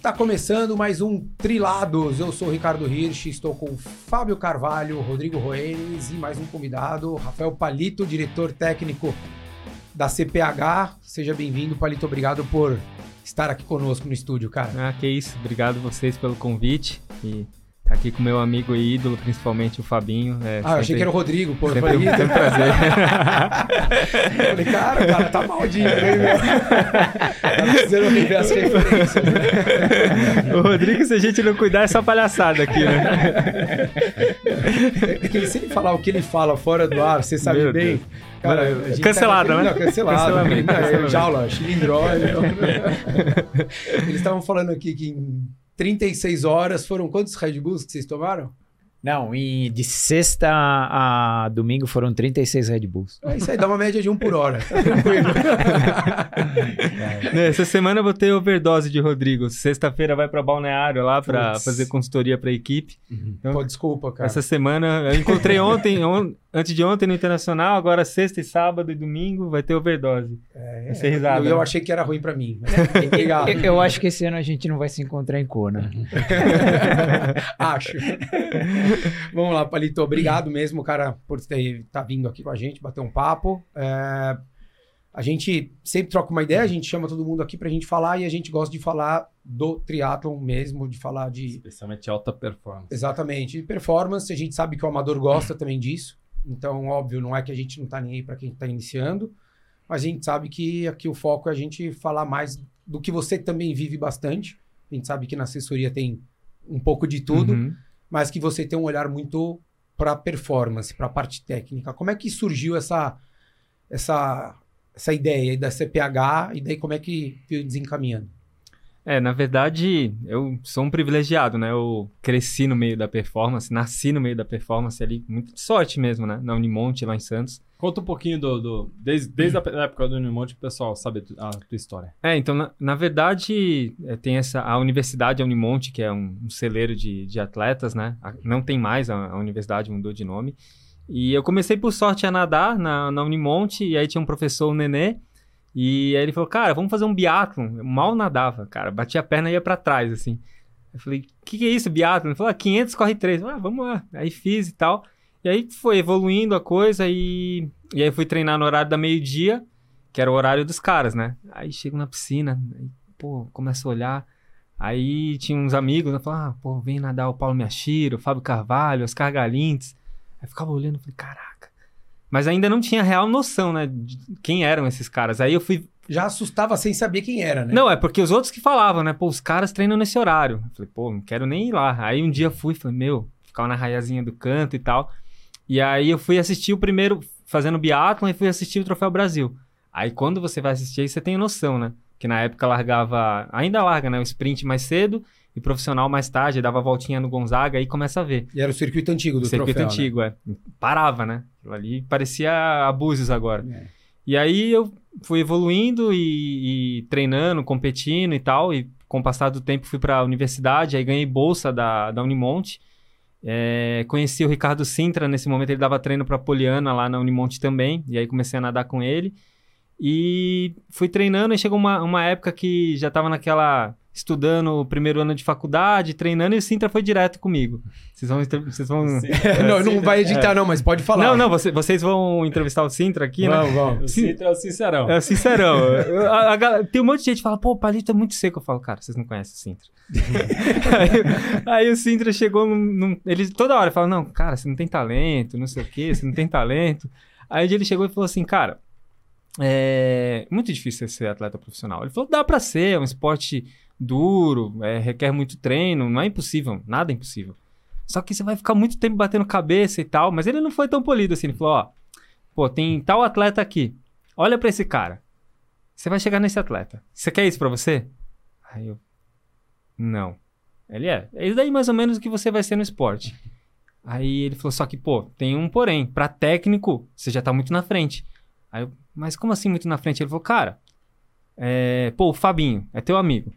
Está começando mais um Trilados. Eu sou o Ricardo Hirsch, estou com Fábio Carvalho, Rodrigo Roenes e mais um convidado, Rafael Palito, diretor técnico da CPH. Seja bem-vindo, Palito. Obrigado por estar aqui conosco no estúdio, cara. Ah, que isso. Obrigado vocês pelo convite e tá aqui com meu amigo e ídolo, principalmente o Fabinho. Eu achei que era o Rodrigo, pô. Sempre um prazer. Eu falei, cara, tá maldinho, né? Tá precisando rever as referências. O Rodrigo, se a gente não cuidar, é só palhaçada aqui, né? É que se ele falar o que ele fala fora do ar, você sabe Meu bem. Deus. Cara, cancelado, né? Não, cancelado. Cancelamento. Jaula, chilindróleo. Eles estavam falando aqui que em 36 horas foram quantos Red Bulls que vocês tomaram? Não, de sexta a domingo foram 36 Red Bulls. Isso aí dá uma média de 1 por hora. Tá tranquilo. Essa semana eu vou ter overdose de Rodrigo. Sexta-feira vai pra Balneário lá pra fazer consultoria pra equipe. Então, pô, desculpa, cara. Essa semana eu encontrei antes de ontem no Internacional, agora sexta e sábado e domingo vai ter overdose. Vai ser risada. Eu achei que era ruim pra mim. Mas... Obrigado. Eu acho que esse ano a gente não vai se encontrar em Kona. Acho. Vamos lá, Palito. Obrigado mesmo, cara, por estar vindo aqui com a gente, bater um papo. A gente sempre troca uma ideia, a gente chama todo mundo aqui pra gente falar e a gente gosta de falar do triatlon mesmo, de falar de... Especialmente alta performance. Exatamente. Performance, a gente sabe que o amador gosta também disso. Então, óbvio, não é que a gente não tá nem aí pra quem tá iniciando, mas a gente sabe que aqui o foco é a gente falar mais do que você também vive bastante. A gente sabe que na assessoria tem um pouco de tudo, mas que você tem um olhar muito para performance, para a parte técnica. Como é que surgiu essa ideia aí da CPH e daí como é que veio desencaminhando? Na verdade, eu sou um privilegiado, né? Eu cresci no meio da performance, nasci no meio da performance ali, muito de sorte mesmo, né? Na Unimonte, lá em Santos. Conta um pouquinho desde a época do Unimonte, o pessoal sabe a tua história. Então, na verdade, tem a universidade, a Unimonte, que é um celeiro de atletas, né? Não tem mais, a universidade mudou de nome. E eu comecei por sorte a nadar na Unimonte, e aí tinha um professor, o Nenê, e aí ele falou, cara, vamos fazer um biatlon. Eu mal nadava, cara, batia a perna e ia pra trás, assim. Eu falei, o que é isso, biatlon? Ele falou, 500 corre 3. Vamos lá. Aí fiz e tal. E aí foi evoluindo a coisa e aí fui treinar no horário da meio-dia, que era o horário dos caras, né? Aí chego na piscina, aí, começo a olhar. Aí tinha uns amigos, né? Falaram, vem nadar o Paulo Miyashiro, o Fábio Carvalho, Oscar Galintes. Aí ficava olhando, falei, caraca. Mas ainda não tinha real noção, né? De quem eram esses caras. Aí eu fui... Já assustava sem saber quem era, né? Não, é porque os outros que falavam, né? Os caras treinam nesse horário. Eu falei, não quero nem ir lá. Aí um dia fui, falei, ficava na raiazinha do canto e tal. E aí eu fui assistir o primeiro, fazendo biatlon, e fui assistir o Troféu Brasil. Aí quando você vai assistir, aí você tem noção, né? Que na época ainda larga, né? O sprint mais cedo e profissional mais tarde, dava a voltinha no Gonzaga, aí começa a ver. E era o circuito antigo do troféu, circuito antigo, né? Parava, né? Aquilo ali parecia Abusos agora. E aí eu fui evoluindo e treinando, competindo e tal, e com o passar do tempo fui pra universidade, aí ganhei bolsa da Unimonte. Conheci o Ricardo Sintra, nesse momento ele dava treino pra Poliana lá na Unimonte também, e aí comecei a nadar com ele e fui treinando, e chegou uma época que já tava estudando o primeiro ano de faculdade, treinando, e o Sintra foi direto comigo. Vocês vão... não vai editar não, mas pode falar. Não, vocês vão entrevistar o Sintra aqui, né? Vamos. O Sintra é o sincerão. É o sincerão. Tem um monte de gente que fala, o Palito é muito seco. Eu falo, cara, vocês não conhecem o Sintra. aí o Sintra chegou, ele toda hora fala, não, cara, você não tem talento, não sei o quê, você não tem talento. Aí um dia ele chegou e falou assim, cara, é muito difícil ser atleta profissional. Ele falou, dá pra ser, é um esporte duro, requer muito treino, não é impossível, nada é impossível. Só que você vai ficar muito tempo batendo cabeça e tal, mas ele não foi tão polido assim, ele falou, tem tal atleta aqui, olha pra esse cara, você vai chegar nesse atleta, você quer isso pra você? Aí eu, não. Ele é isso daí mais ou menos o que você vai ser no esporte. Aí ele falou, só que tem um porém, pra técnico, você já tá muito na frente. Aí eu, mas como assim muito na frente? Ele falou, cara, o Fabinho é teu amigo.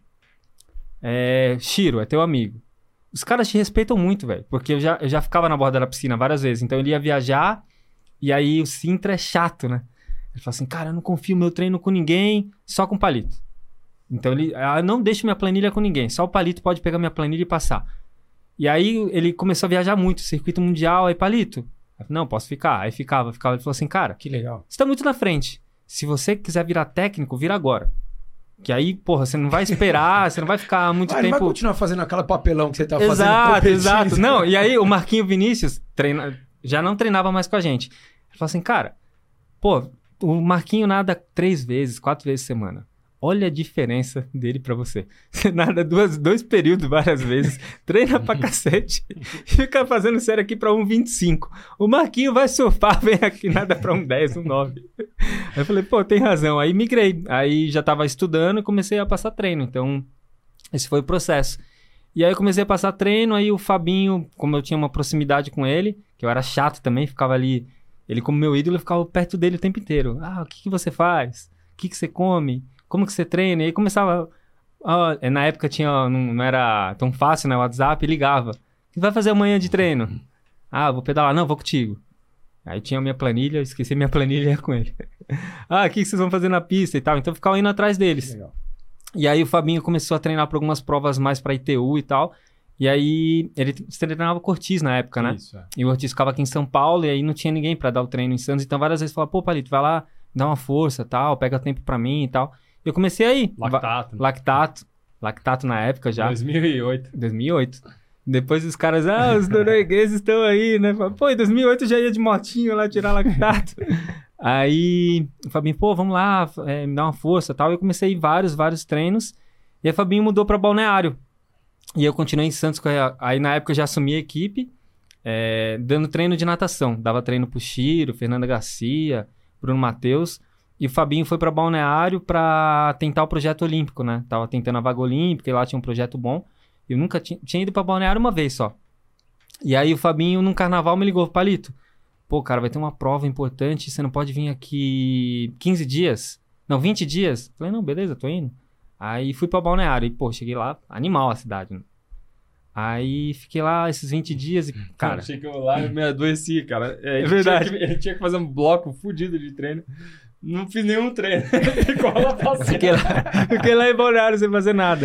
Chiro é teu amigo. Os caras te respeitam muito, velho. Porque eu já ficava na borda da piscina várias vezes. Então ele ia viajar e aí o Sintra é chato, né? Ele falou assim, cara, eu não confio meu treino com ninguém, só com palito. Então ele, não deixo minha planilha com ninguém, só o Palito pode pegar minha planilha e passar. E aí ele começou a viajar muito, circuito mundial, aí Palito, não, posso ficar. Aí ficava. Ele falou assim, cara, Que legal. você tá muito na frente. Se você quiser virar técnico, vira agora. Que aí, porra, você não vai esperar, você não vai ficar muito Não tempo... vai continuar fazendo aquela papelão que você tá fazendo. Exato, competindo. exato. Não, e aí o Marquinho Vinícius já não treinava mais com a gente. Ele falou assim, cara, pô, o Marquinho nada 3 vezes, 4 vezes por semana. Olha a diferença dele pra você. Você nada 2 períodos várias vezes, treina pra cacete e fica fazendo série aqui pra 1,25. O Marquinho vai surfar, vem aqui nada pra 1,10, 1,9. Aí eu falei, pô, tem razão. Aí migrei. Aí já tava estudando e comecei a passar treino. Então, esse foi o processo. E aí eu comecei a passar treino, aí o Fabinho, como eu tinha uma proximidade com ele, que eu era chato também, ficava ali... Ele, como meu ídolo, eu ficava perto dele o tempo inteiro. O que você faz? O que você come? Como que você treina? E aí começava... na época não era tão fácil, né? O WhatsApp, ligava. O que vai fazer amanhã de treino? Vou pedalar. Não, vou contigo. Aí tinha a minha planilha, esqueci minha planilha e ia com ele. O que vocês vão fazer na pista e tal? Então eu ficava indo atrás deles. Legal. E aí o Fabinho começou a treinar para algumas provas mais para ITU e tal. E aí ele treinava com o Ortiz na época, né? Isso, é. E o Ortiz ficava aqui em São Paulo e aí não tinha ninguém para dar o treino em Santos. Então várias vezes falava, pô, Palito, vai lá, dá uma força tal, pega tempo para mim e tal. E eu comecei aí. Lactato. Né? Lactato na época já. 2008. Depois os caras, os noruegueses estão aí, né? Pô, em 2008 eu já ia de motinho lá tirar lactato. Aí o Fabinho, pô, vamos lá, me dá uma força e tal. E eu comecei a ir vários treinos. E aí o Fabinho mudou pra Balneário. E eu continuei em Santos. Aí na época eu já assumi a equipe, dando treino de natação. Dava treino pro Chiro, Fernanda Garcia, Bruno Matheus. E o Fabinho foi pra Balneário pra tentar o projeto olímpico, né? Tava tentando a vaga olímpica e lá tinha um projeto bom. Eu nunca tinha ido pra Balneário uma vez só. E aí o Fabinho, num carnaval, me ligou, Palito. Pô, cara, vai ter uma prova importante, você não pode vir aqui 15 dias? Não, 20 dias? Falei, não, beleza, tô indo. Aí fui pra Balneário e, pô, cheguei lá, animal a cidade, né? Aí fiquei lá esses 20 dias e, cara... Eu cheguei lá e me adoeci, cara. É verdade. Ele tinha que fazer um bloco fudido de treino. Não fiz nenhum treino. Ficou lá passeando. Fiquei lá em Balneário sem fazer nada.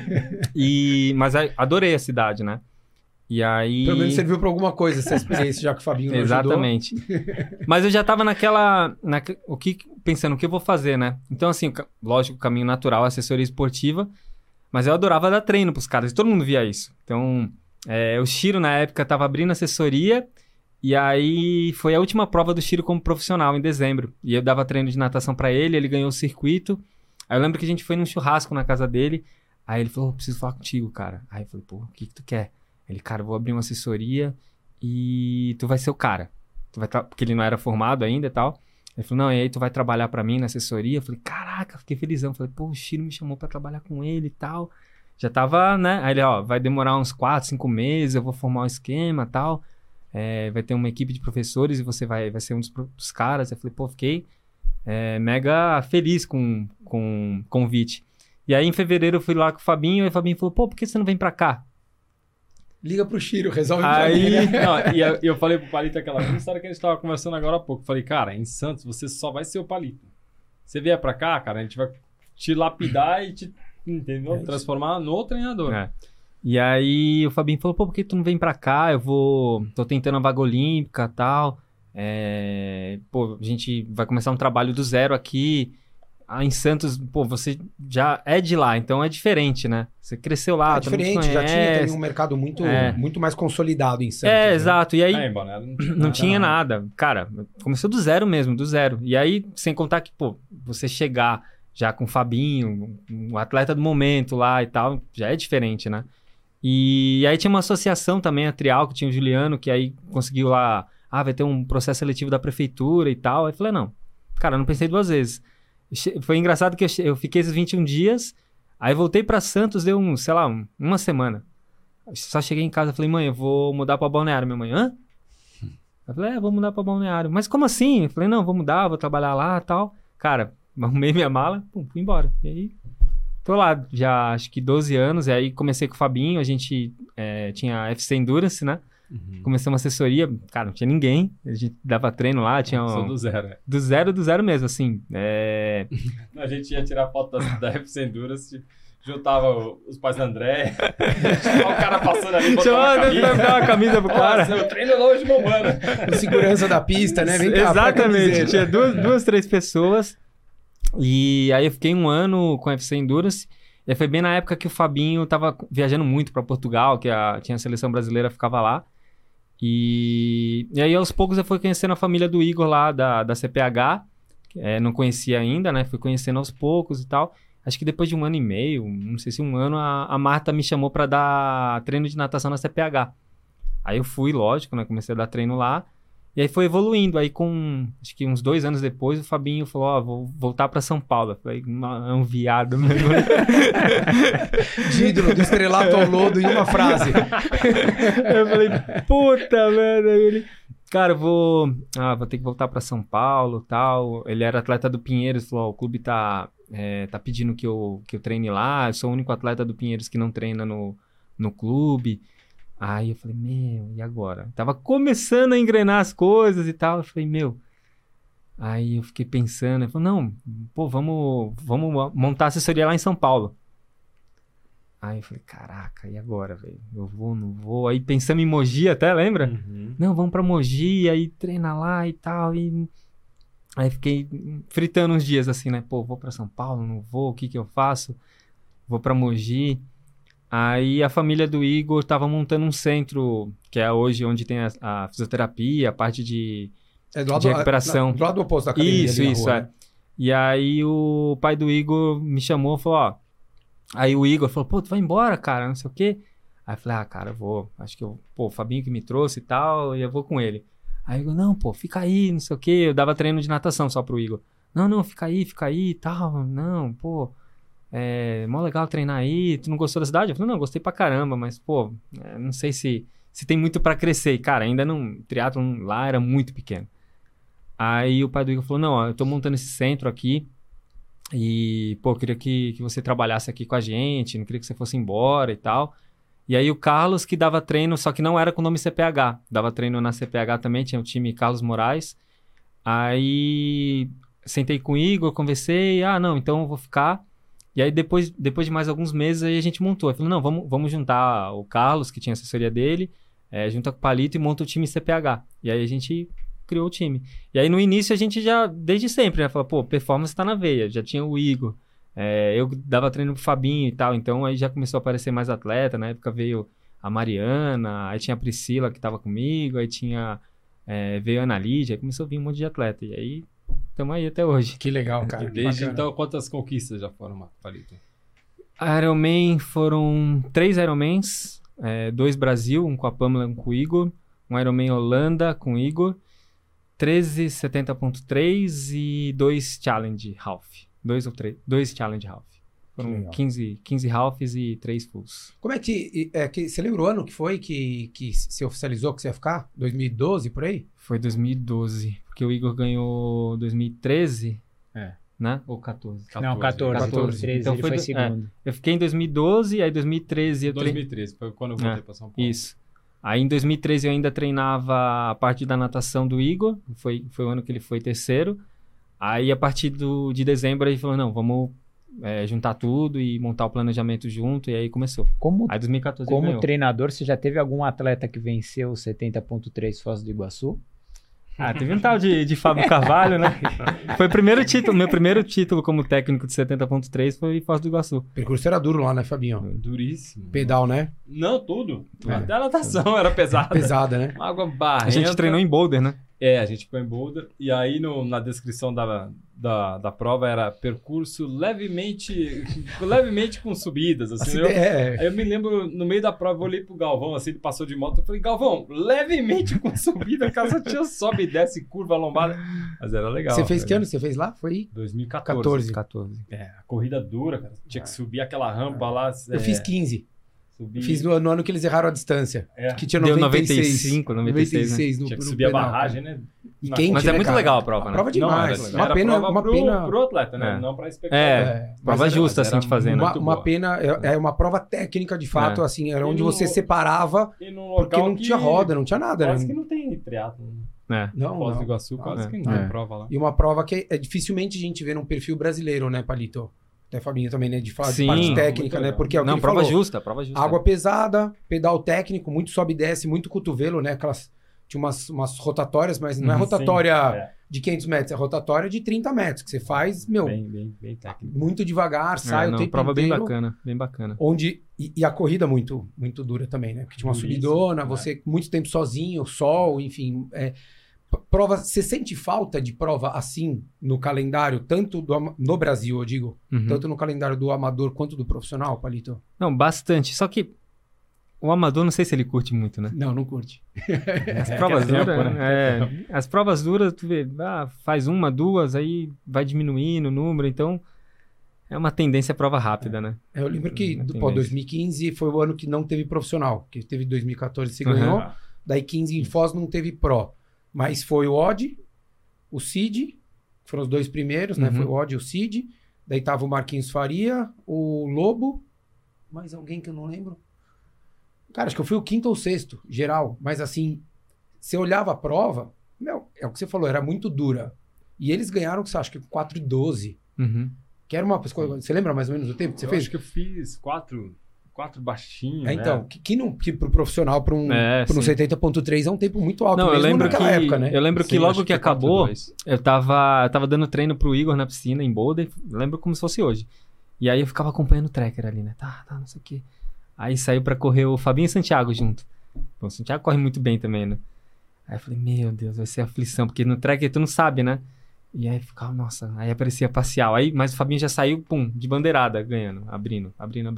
Mas adorei a cidade, né? E aí... Pelo menos serviu pra alguma coisa essa experiência, já que o Fabinho não Exatamente. Mas eu já tava pensando o que eu vou fazer, né? Então, assim, lógico, o caminho natural, assessoria esportiva, mas eu adorava dar treino pros caras, e todo mundo via isso. Então, o Chiro, na época, tava abrindo assessoria, e aí foi a última prova do Chiro como profissional, em dezembro. E eu dava treino de natação pra ele, ele ganhou o circuito. Aí eu lembro que a gente foi num churrasco na casa dele, aí ele falou, preciso falar contigo, cara. Aí eu falei, pô, o que tu quer? Ele, cara, eu vou abrir uma assessoria e tu vai ser o cara. Porque ele não era formado ainda e tal. Ele falou, não, e aí tu vai trabalhar pra mim na assessoria? Eu falei, caraca, fiquei felizão. Falei, pô, o Chiro me chamou pra trabalhar com ele e tal. Já tava, né? Aí ele, vai demorar uns 4, 5 meses, eu vou formar um esquema e tal. Vai ter uma equipe de professores e você vai ser um dos caras. Eu falei, pô, fiquei mega feliz com o convite. E aí em fevereiro eu fui lá com o Fabinho e o Fabinho falou, pô, por que você não vem pra cá? Liga pro Chiro, resolve aí... pra mim, né? Não, e eu falei pro Palito aquela mesma história que a gente tava conversando agora há pouco. Falei, cara, em Santos você só vai ser o Palito. Você vier pra cá, cara, a gente vai te lapidar e te, entendeu? Transformar no treinador. E aí o Fabinho falou, pô, por que tu não vem pra cá? Tô tentando a vaga olímpica e tal. Pô, a gente vai começar um trabalho do zero aqui. Em Santos, pô, você já é de lá, então é diferente, né? Você cresceu lá, É diferente, já tinha também um mercado muito mais consolidado em Santos. né? Exato. E aí Em Balneário não tinha nada. Cara, começou do zero mesmo, do zero. E aí, sem contar que, pô, você chegar já com o Fabinho, um atleta do momento lá e tal, já é diferente, né? E aí tinha uma associação também, a Trial, que tinha o Juliano, que aí conseguiu lá, vai ter um processo seletivo da prefeitura e tal. Aí eu falei, não, cara, eu não pensei 2 vezes. Foi engraçado que eu fiquei esses 21 dias, aí voltei pra Santos, deu uma semana. Só cheguei em casa e falei, mãe, eu vou mudar pra Balneário. Minha mãe, hã? Eu falei, vou mudar pra Balneário. Mas como assim? Eu falei, não, vou mudar, vou trabalhar lá e tal. Cara, arrumei minha mala, fui embora. E aí, tô lá já acho que 12 anos, e aí comecei com o Fabinho, a gente tinha FC Endurance, né? Começamos uma assessoria, cara, não tinha ninguém. A gente dava treino lá, tinha... Sou do zero, né? Do zero mesmo, assim. A gente ia tirar foto da FC Endurance, juntava os pais do André, o cara passando ali, botava uma camisa pro cara. Eu treino longe, meu mano. O segurança da pista, né? Vem cá, Exatamente. Tinha duas, três pessoas. E aí eu fiquei 1 ano com a FC Endurance. E aí foi bem na época que o Fabinho tava viajando muito para Portugal, que tinha a seleção brasileira, ficava lá. E aí aos poucos eu fui conhecendo a família do Igor lá da CPH. Não conhecia ainda, né? Fui conhecendo aos poucos e tal. Acho que depois de 1 ano e meio, não sei se 1 ano, a Marta me chamou para dar treino de natação na CPH. Aí eu fui, lógico, né? Comecei a dar treino lá. E aí foi evoluindo. Aí acho que uns 2 anos depois, o Fabinho falou, vou voltar para São Paulo. Eu falei, é um viado mesmo. De ídolo, do estrelato ao lodo em uma frase. Eu falei, puta merda. Aí ele, cara, vou ter que voltar para São Paulo e tal. Ele era atleta do Pinheiros, falou, o clube tá pedindo que eu treine lá. Eu sou o único atleta do Pinheiros que não treina no clube. Aí eu falei, e agora? Tava começando a engrenar as coisas e tal. Eu falei, Aí eu fiquei pensando. Ele falou, não, pô, vamos montar a assessoria lá em São Paulo. Aí eu falei, caraca, e agora, velho? Eu vou, não vou? Aí pensamos em Mogi até, lembra? Não, vamos pra Mogi, aí treina lá e tal. Aí fiquei fritando uns dias assim, né? Pô, vou pra São Paulo, não vou, o que eu faço? Vou pra Mogi. Aí a família do Igor tava montando um centro, que é hoje onde tem a fisioterapia, a parte de recuperação. Do lado oposto da academia. Isso, rua, é. né? E aí o pai do Igor me chamou e falou, Aí o Igor falou, pô, tu vai embora, cara, não sei o quê. Aí eu falei, cara, eu vou. Acho que o Fabinho que me trouxe e tal, e eu vou com ele. Aí o Igor, não, pô, fica aí, não sei o quê. Eu dava treino de natação só pro Igor. Não, fica aí e tal. Não, pô, mó legal treinar aí. Tu não gostou da cidade? Eu falei, não, gostei pra caramba, mas, pô, não sei se tem muito pra crescer. E, cara, ainda não, triatlon lá era muito pequeno. Aí o pai do Igor falou, não, eu tô montando esse centro aqui. E, pô, eu queria que você trabalhasse aqui com a gente, não queria que você fosse embora e tal. E aí o Carlos que dava treino, só que não era com o nome CPH. Dava treino na CPH também, tinha o time Carlos Moraes. Aí sentei com o Igor, conversei, não, então eu vou ficar. E aí depois de mais alguns meses aí a gente montou. Eu falei, não, vamos juntar o Carlos, que tinha assessoria dele, junta com o Palito e monta o time CPH. E aí a gente criou o time. E aí no início a gente já, desde sempre, né? Falou, pô, performance tá na veia. Já tinha o Igor. Eu dava treino pro Fabinho e tal. Então aí já começou a aparecer mais atleta. Na época veio a Mariana, aí tinha a Priscila que tava comigo, aí veio a Ana Lídia, aí começou a vir um monte de atleta. E aí estamos aí até hoje. Que legal, cara. E desde então, quantas conquistas já foram, Palito? Ironman foram 3 Ironmans. 2 Brasil, um com a Pamela e um com o Igor. Um Ironman Holanda com o Igor. 13 70.3 e 2 Challenge Half. 2 Challenge Half. Foram 15 halves e 3 fulls. Como é que você lembra o ano que foi que se oficializou que você ia ficar? 2012, por aí? Foi 2012, porque o Igor ganhou 2013, né? Ou 14? Não, 14. 13, então ele foi segundo. Eu fiquei em 2012, aí 2013... 2013, foi quando eu voltei pra São Paulo. Isso. Aí em 2013 eu ainda treinava a parte da natação do Igor, foi o ano que ele foi terceiro. Aí a partir de dezembro ele falou, não, vamos juntar tudo e montar o planejamento junto, e aí começou. Aí 2014 ele ganhou. Treinador, você já teve algum atleta que venceu o 70.3 Foz do Iguaçu? Teve um tal de Fábio Carvalho, né? Foi o primeiro título, meu primeiro título como técnico de 70.3 foi Foz do Iguaçu. O percurso era duro lá, né, Fabinho? Duríssimo. Pedal, né? Não, tudo. Até a natação era pesada. Pesada, né? Água barrenta. A gente treinou em boulder, né? A gente foi em boulder. E aí na descrição da prova era percurso levemente com subidas, assim. Aí eu me lembro, no meio da prova, eu olhei pro Galvão, assim, ele passou de moto, eu falei, Galvão, levemente com subida, caso tinha sobe e desce, curva, lombada. Mas era legal. Você fez que ano você fez lá? Foi 2014. 14. A corrida dura, cara. Tinha que subir aquela rampa lá. Eu fiz 15. Subir. Fiz no ano que eles erraram a distância. É. Que tinha Deu 96. 96, né? no, Tinha que no subir a penal, barragem, cara. né? E Mas quente, Mas é né, muito cara? legal a prova, né? Prova demais. Não, uma era pena, prova uma pena. pro atleta, né? É. Não pra espectador. mas Prova era- justa, mas assim, era de fazer, né? muito Uma boa. pena, é uma prova técnica, de fato, assim, era E onde no- você separava, E num porque local não que tinha roda, não tinha nada, Quase né? que não tem triatlo. É. Não, Foz do não. Iguaçu quase Ah, que não tem é. prova lá. E uma prova que dificilmente a gente vê num perfil brasileiro, né, Palito? Até Fabinho também, né? De falar de Sim, parte muito técnica, né? legal. Porque é o que Não, ele prova falou. justa, prova justa. Água pesada, pedal técnico, muito sobe e desce, muito cotovelo, né? Aquelas. Tinha umas rotatórias, mas não é Uhum, rotatória É, de 500 metros, é rotatória de 30 metros, que você faz, meu, bem técnico. muito devagar, sai o não, tempo prova inteiro. bem bacana, bem bacana. Onde, e a corrida muito, muito dura também, né? Porque tinha uma Duríssimo, subidona, né? você muito tempo sozinho, sol, enfim. Prova, você sente falta de prova assim no calendário, tanto no Brasil, eu digo, Uhum. tanto no calendário do amador quanto do profissional, Palito? Não, bastante. Só que o amador, não sei se ele curte muito, né? Não curte. As provas que é tempo, duras, as provas duras, tu vê, faz uma, duas, aí vai diminuindo o número, então é uma tendência à prova rápida, né? Eu lembro que Não tem 2015 foi o ano que não teve profissional, que teve 2014 se Uhum. ganhou, daí 15 em Foz não teve pro, mas foi o Odd, o Cid, que foram os dois primeiros, né? Uhum. Foi o Odd e o Cid, daí tava o Marquinhos Faria, o Lobo, mais alguém que eu não lembro. Cara, acho que eu fui o quinto ou sexto, geral, mas assim, você olhava a prova, meu, é o que você falou, era muito dura. E eles ganharam, você acha que 4:12, Uhum. que era uma coisa, você lembra mais ou menos do tempo que você Eu fez? acho que eu fiz quatro baixinhos, Então, né? que pro profissional, para um sim. 70.3 é um tempo muito alto, Não, eu mesmo lembro naquela que, época, né? eu lembro que Sim, logo acho que acabou, 4:2. eu tava dando treino pro Igor na piscina, em Boulder, lembro como se fosse hoje. E aí eu ficava acompanhando o tracker ali, né? Tá, não sei o quê. Aí saiu pra correr o Fabinho e Santiago junto. Bom, o Santiago corre muito bem também, né? Aí eu falei, meu Deus, vai ser aflição, porque no tracker tu não sabe, né? E aí ficava, nossa, aí aparecia parcial. Aí, mas o Fabinho já saiu, pum, de bandeirada, ganhando, abrindo.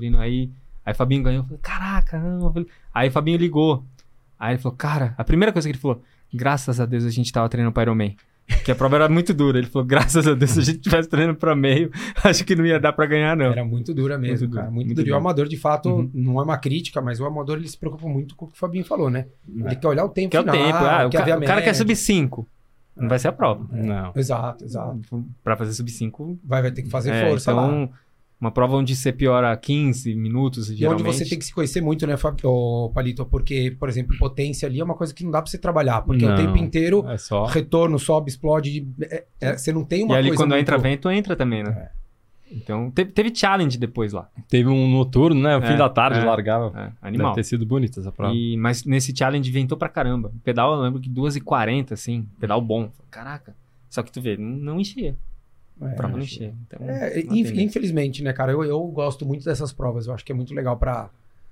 Aí o Fabinho ganhou, eu falei, caraca, não. Aí o Fabinho ligou. Aí ele falou, cara, a primeira coisa que ele falou, graças a Deus a gente tava treinando para Ironman. Porque a prova era muito dura. Ele falou, graças a Deus, se a gente tivesse treinando para meio, acho que não ia dar para ganhar, não. Era muito dura mesmo, Muito cara. dura, Muito muito dura. E o dura. amador, de fato, Uhum. não é uma crítica, mas o amador ele se preocupa muito com o que o Fabinho falou, né? Ele quer olhar o tempo Que é o final, tempo. quer ver a O cara quer média. subir 5. Não vai ser a prova. Não. Exato. Pra fazer sub 5. Vai ter que fazer força lá. Então, uma prova onde você piora 15 minutos, E onde geralmente. você tem que se conhecer muito, né, Palito? Porque, por exemplo, potência ali é uma coisa que não dá pra você trabalhar. Porque o Não. tempo inteiro, É só. retorno, sobe, explode. Você não tem uma E ali coisa quando muito... entra vento, entra também, né? Então, teve challenge depois lá. Teve um noturno, né? O fim da tarde é. largava. Animal. Deve ter sido bonita essa prova. Mas nesse challenge ventou pra caramba. O pedal, eu lembro que 2h40, assim. Pedal bom. Caraca. Só que tu vê, não enchia. A prova não enchia. Então, uma tendência. Infelizmente, né, cara? Eu gosto muito dessas provas. Eu acho que é muito legal pra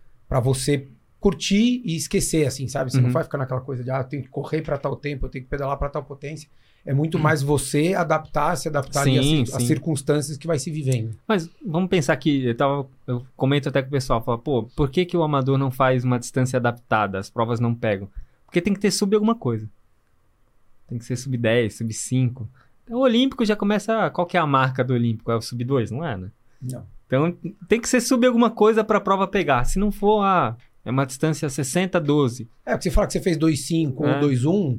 você curtir e esquecer, assim, sabe? Você não Uhum. vai ficar naquela coisa de, eu tenho que correr pra tal tempo, eu tenho que pedalar pra tal potência. É muito mais você se adaptar ali Sim, às sim. circunstâncias que vai se vivendo. Mas vamos pensar que eu comento até com o pessoal, falo, pô, por que o amador não faz uma distância adaptada? As provas não pegam. Porque tem que ter sub alguma coisa. Tem que ser sub 10, sub 5. Então, o Olímpico já começa, qual que é a marca do Olímpico? É o sub 2, não é, né? Não. Então tem que ser sub alguma coisa pra prova pegar. Se não for, é uma distância 60-12. Porque você fala que você fez 2,5 ou É. 2,1,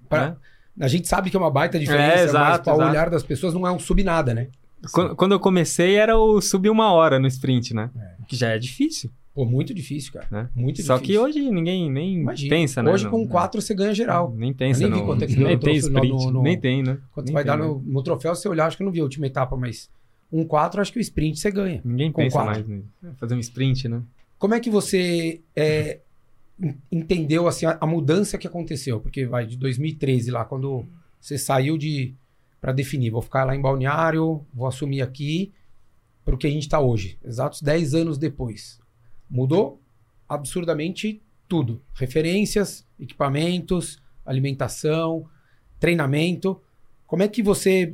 a gente sabe que é uma baita diferença, mas exato, para o exato. olhar das pessoas não é um sub nada, né? Quando eu comecei era o sub 1 hora no sprint, né? Que já é difícil, Pô, muito difícil, cara. né? Muito Só difícil. que hoje ninguém nem Imagina, pensa, né? hoje com 4 você ganha geral. Nem pensa, Eu nem vi não. quanto é que deu Nem no tem troféu, sprint. no- Nem tem, né? Quando Nem você vai tem, dar né? no troféu, você olhar, acho que eu não vi a última etapa, mas 1,4 acho que o sprint você ganha. Ninguém com pensa 4. mais nisso. Fazer um sprint, né? Como é que você entendeu assim, a mudança que aconteceu? Porque vai de 2013 lá, quando você saiu para definir, vou ficar lá em Balneário, vou assumir aqui, para o que a gente está hoje, exatos 10 anos depois. Mudou absurdamente tudo. Referências, equipamentos, alimentação, treinamento. Como é que você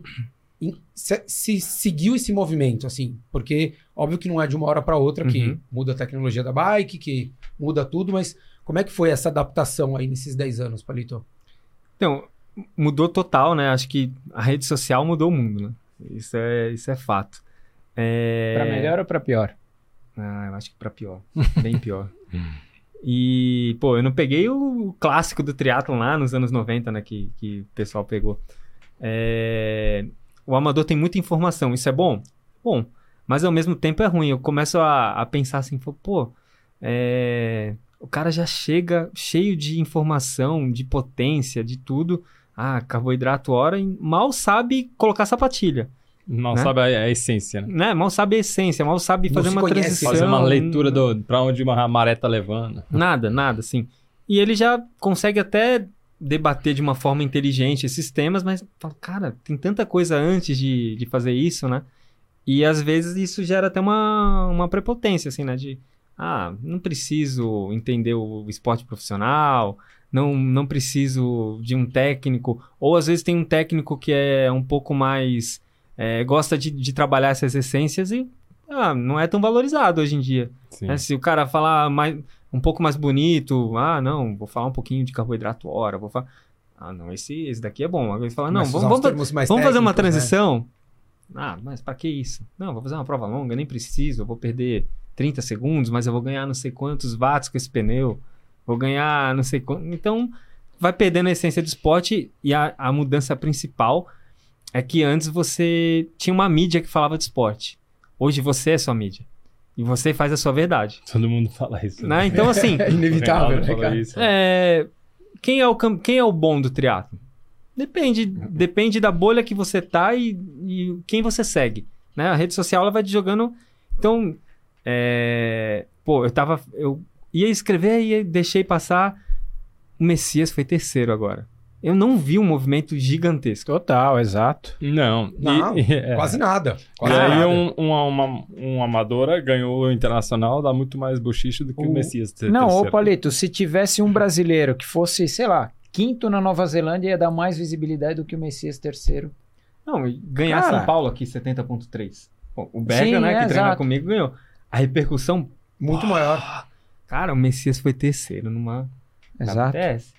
se seguiu esse movimento, assim? Porque óbvio que não é de uma hora para outra que Uhum. muda a tecnologia da bike, que muda tudo, mas como é que foi essa adaptação aí nesses 10 anos, Palito? Então, mudou total, né? Acho que a rede social mudou o mundo, né? Isso é fato. Pra melhor ou pra pior? Ah, eu acho que pra pior. Bem pior. E, pô, eu não peguei o clássico do triatlon lá nos anos 90, né? Que o pessoal pegou. O amador tem muita informação. Isso é bom? Bom. Mas ao mesmo tempo é ruim. Eu começo a pensar assim, pô, o cara já chega cheio de informação, de potência, de tudo. Ah, carboidrato hora, e mal sabe colocar sapatilha. Mal né? sabe a essência, né? Mal sabe a essência, mal sabe Não fazer se uma conhece. transição. Fazer uma leitura pra onde uma maré tá levando. Nada, assim. E ele já consegue até debater de uma forma inteligente esses temas, mas fala, cara, tem tanta coisa antes de fazer isso, né? E às vezes isso gera até uma prepotência, assim, né? Não preciso entender o esporte profissional, não preciso de um técnico. Ou às vezes tem um técnico que é um pouco mais... gosta de trabalhar essas essências e não é tão valorizado hoje em dia. Né? Se o cara falar um pouco mais bonito, não, vou falar um pouquinho de carboidrato hora, vou falar... não, esse daqui é bom. Agora ele fala, não, vamos fazer uma transição. Né? Mas pra que isso? Não, vou fazer uma prova longa, nem preciso, eu vou perder 30 segundos, mas eu vou ganhar não sei quantos watts com esse pneu, vou ganhar não sei quanto... Então, vai perdendo a essência do esporte e a mudança principal é que antes você tinha uma mídia que falava de esporte. Hoje você é sua mídia. E você faz a sua verdade. Todo mundo fala isso. Né? Então, assim... É inevitável, né, cara? Isso, quem é o bom do triatlo? Depende da bolha que você tá e quem você segue. Né? A rede social ela vai te jogando... Então, eu ia escrever e deixei passar. O Messias foi terceiro agora. Eu não vi um movimento gigantesco. Total, exato. Não, quase nada. E aí uma amadora ganhou o internacional, dá muito mais bochicho do que o Messias. Ô Paulito, se tivesse um brasileiro que fosse, sei lá, quinto na Nova Zelândia, ia dar mais visibilidade do que o Messias terceiro. Não, ganhar São Paulo aqui, 70.3. O Berga, né, que treina comigo, ganhou. A repercussão... Muito maior. Cara, o Messias foi terceiro numa... Exato.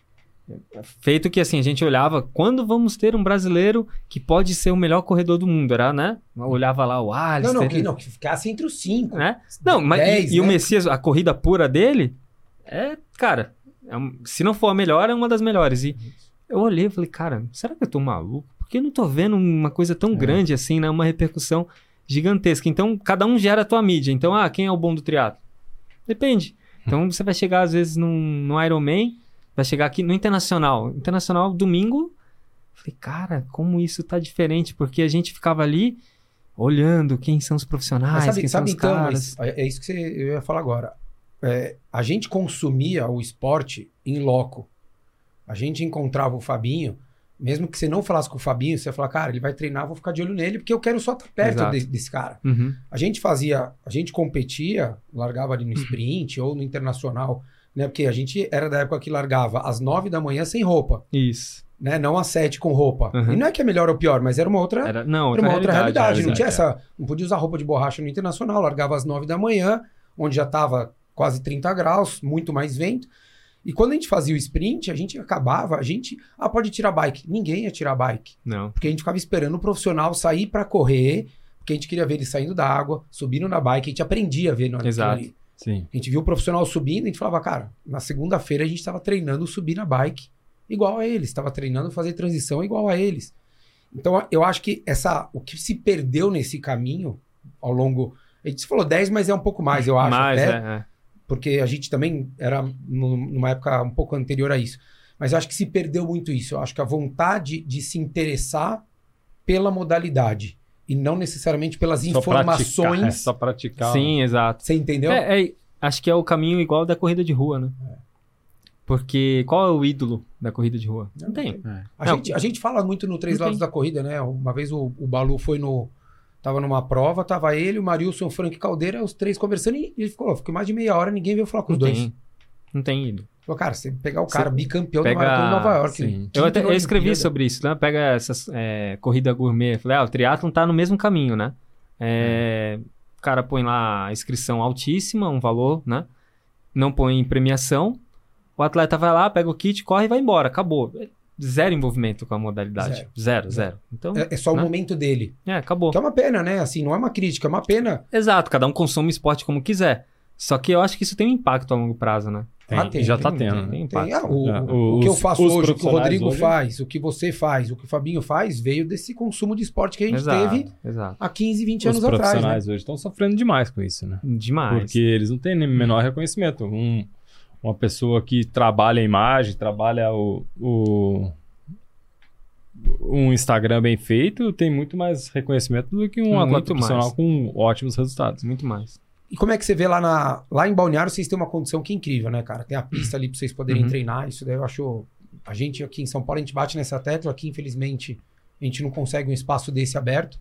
Feito que assim, a gente olhava, quando vamos ter um brasileiro que pode ser o melhor corredor do mundo, era, né? Eu olhava lá o Alistair... Que ficasse entre os 5. Né? Não, mas 10, e o né? Messias, a corrida pura dele, cara, se não for a melhor, é uma das melhores. E eu olhei e falei, cara, será que eu tô maluco? Porque eu não tô vendo uma coisa tão grande assim, né? Uma repercussão gigantesca. Então, cada um gera a tua mídia. Então, quem é o bom do triatlo? Depende. Então, você vai chegar, às vezes, no Ironman, vai chegar aqui no Internacional. Internacional, domingo, falei, cara, como isso tá diferente? Porque a gente ficava ali olhando quem são os profissionais, quem são os caras. Mas é isso que eu ia falar agora. A gente consumia o esporte em loco. A gente encontrava o Fabinho, mesmo que você não falasse com o Fabinho, você ia falar, cara, ele vai treinar, vou ficar de olho nele, porque eu quero só estar perto desse cara. Uhum. A gente competia, largava ali no sprint ou no internacional, né? Porque a gente era da época que largava às 9 da manhã sem roupa. Isso. Né? Não às 7 com roupa. Uhum. E não é que é melhor ou pior, mas era uma outra, outra realidade. Não tinha não podia usar roupa de borracha no internacional, largava às 9 da manhã, onde já estava quase 30 graus, muito mais vento. E quando a gente fazia o sprint, a gente acabava, pode tirar bike. Ninguém ia tirar bike. Não. Porque a gente ficava esperando o profissional sair para correr, porque a gente queria ver ele saindo da água, subindo na bike, a gente aprendia a ver no ali. Sim. A gente viu o profissional subindo, a gente falava, cara, na segunda-feira a gente estava treinando subir na bike igual a eles, estava treinando fazer transição igual a eles. Então, eu acho que o que se perdeu nesse caminho, ao longo... A gente falou 10, mas é um pouco mais, eu acho. Porque a gente também era numa época um pouco anterior a isso. Mas eu acho que se perdeu muito isso. Eu acho que a vontade de se interessar pela modalidade e não necessariamente pelas informações. Só praticar. Sim, exato. Você entendeu? Acho que é o caminho igual da corrida de rua, né? Porque qual é o ídolo da corrida de rua? Não tem. A gente fala muito no Três Lados da Corrida, né? Uma vez o Balu foi tava numa prova, tava ele, o Marilson, o Frank Caldeira, os três conversando e ele ficou mais de meia hora, ninguém veio falar com os dois. Não tem ídolo. Falou, cara, você pegar o cara bicampeão da Maratona de Nova York. Eu escrevi sobre isso, né? Pega essas corrida gourmet. Falei, o triatlon tá no mesmo caminho, né? O cara põe lá a inscrição altíssima, um valor, né? Não põe premiação. O atleta vai lá, pega o kit, corre e vai embora. Acabou. zero envolvimento com a modalidade. Zero. Então, É só o né? momento dele. Acabou. Que é uma pena, né? Assim, não é uma crítica, é uma pena. Exato, cada um consome o esporte como quiser. Só que eu acho que isso tem um impacto a longo prazo, né? Já tá tendo. Tem impacto. O que eu faço hoje, o que o profissionais Rodrigo hoje- faz, o que você faz, o que o Fabinho faz, veio desse consumo de esporte que a gente teve Exato. há 15, 20 Os anos atrás, né? profissionais hoje estão sofrendo demais com isso, né? Demais. Porque eles não têm nem menor reconhecimento. Uma pessoa que trabalha a imagem, trabalha um Instagram bem feito, tem muito mais reconhecimento do que um Muito atleta profissional mais. com ótimos resultados. Muito mais. E como é que você vê lá em Balneário, vocês têm uma condição que é incrível, né, cara? Tem a pista ali pra vocês poderem treinar, isso daí eu acho... A gente aqui em São Paulo, a gente bate nessa tecla, aqui infelizmente a gente não consegue um espaço desse aberto.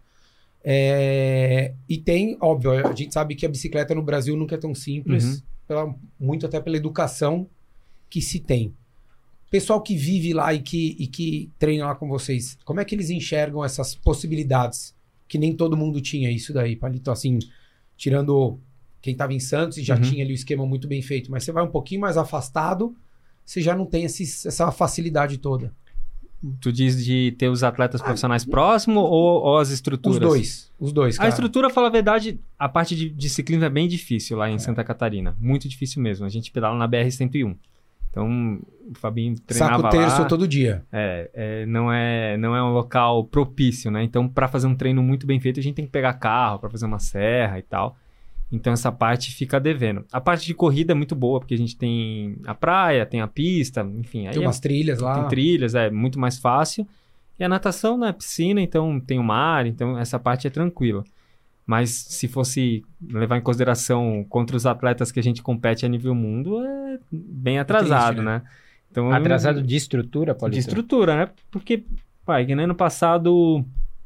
E tem, óbvio, a gente sabe que a bicicleta no Brasil nunca é tão simples, muito até pela educação que se tem. Pessoal que vive lá e que treina lá com vocês, como é que eles enxergam essas possibilidades? Que nem todo mundo tinha isso daí, Palito, assim, tirando quem estava em Santos e já tinha ali o esquema muito bem feito, mas você vai um pouquinho mais afastado, você já não tem essa facilidade toda. Tu diz de ter os atletas profissionais próximos ou as estruturas? Os dois, cara. A estrutura, fala a verdade, a parte de ciclismo é bem difícil lá em Santa Catarina. Muito difícil mesmo. A gente pedala na BR-101. Então, o Fabinho treinava Saco terço lá. todo dia. Não é um local propício, né? Então, para fazer um treino muito bem feito, a gente tem que pegar carro para fazer uma serra e tal. Então, essa parte fica devendo. A parte de corrida é muito boa, porque a gente tem a praia, tem a pista, enfim. Aí Tem umas trilhas lá. Tem trilhas, é muito mais fácil. E a natação, né? Piscina, então tem o mar, então essa parte é tranquila. Mas se fosse levar em consideração contra os atletas que a gente compete a nível mundo, é bem atrasado, triste, né? Então, Atrasado de estrutura, Paulito? de estrutura, né? Porque, pai, que no ano passado,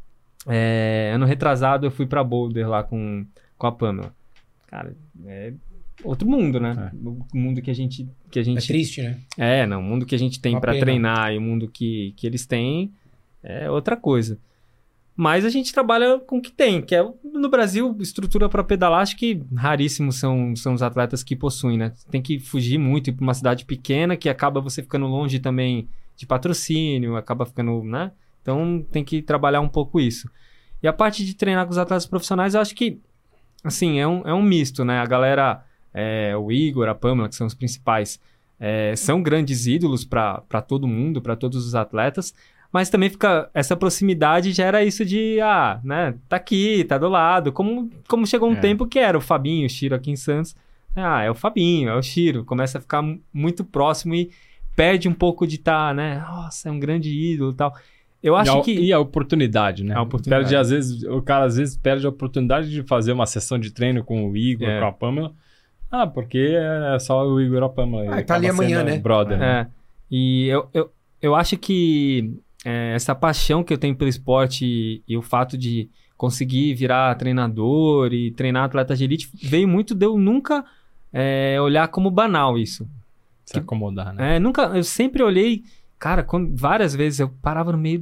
ano retrasado, eu fui pra Boulder lá com a Pamela. Cara, é outro mundo, né? O mundo que a gente... É triste, né? Não, o mundo que a gente tem Uma pra pena. treinar e o mundo que eles têm é outra coisa. Mas a gente trabalha com o que tem, que é no Brasil, estrutura para pedalar, acho que raríssimos são os atletas que possuem, né? Tem que fugir muito, ir para uma cidade pequena, que acaba você ficando longe também de patrocínio, acaba ficando, né? Então tem que trabalhar um pouco isso. E a parte de treinar com os atletas profissionais, eu acho que, assim, é um misto, né? A galera, o Igor, a Pamela, que são os principais, são grandes ídolos para todo mundo, para todos os atletas, mas também fica essa proximidade, gera isso de, né, tá aqui, tá do lado, como chegou um tempo que era o Fabinho, o Chiro aqui em Santos, é o Fabinho, é o Chiro, começa a ficar muito próximo e perde um pouco de estar, né, nossa, é um grande ídolo e tal. Eu acho que... E a oportunidade, né? A oportunidade. O cara às vezes perde a oportunidade de fazer uma sessão de treino com o Igor, com a Pamela, porque é só o Igor e a Pamela. Tá ali amanhã, né? Brother, né? E eu acho que essa paixão que eu tenho pelo esporte e o fato de conseguir virar treinador e treinar atletas de elite veio muito de eu nunca olhar como banal isso. Se acomodar, né? Eu sempre olhei, cara, várias vezes eu parava no meio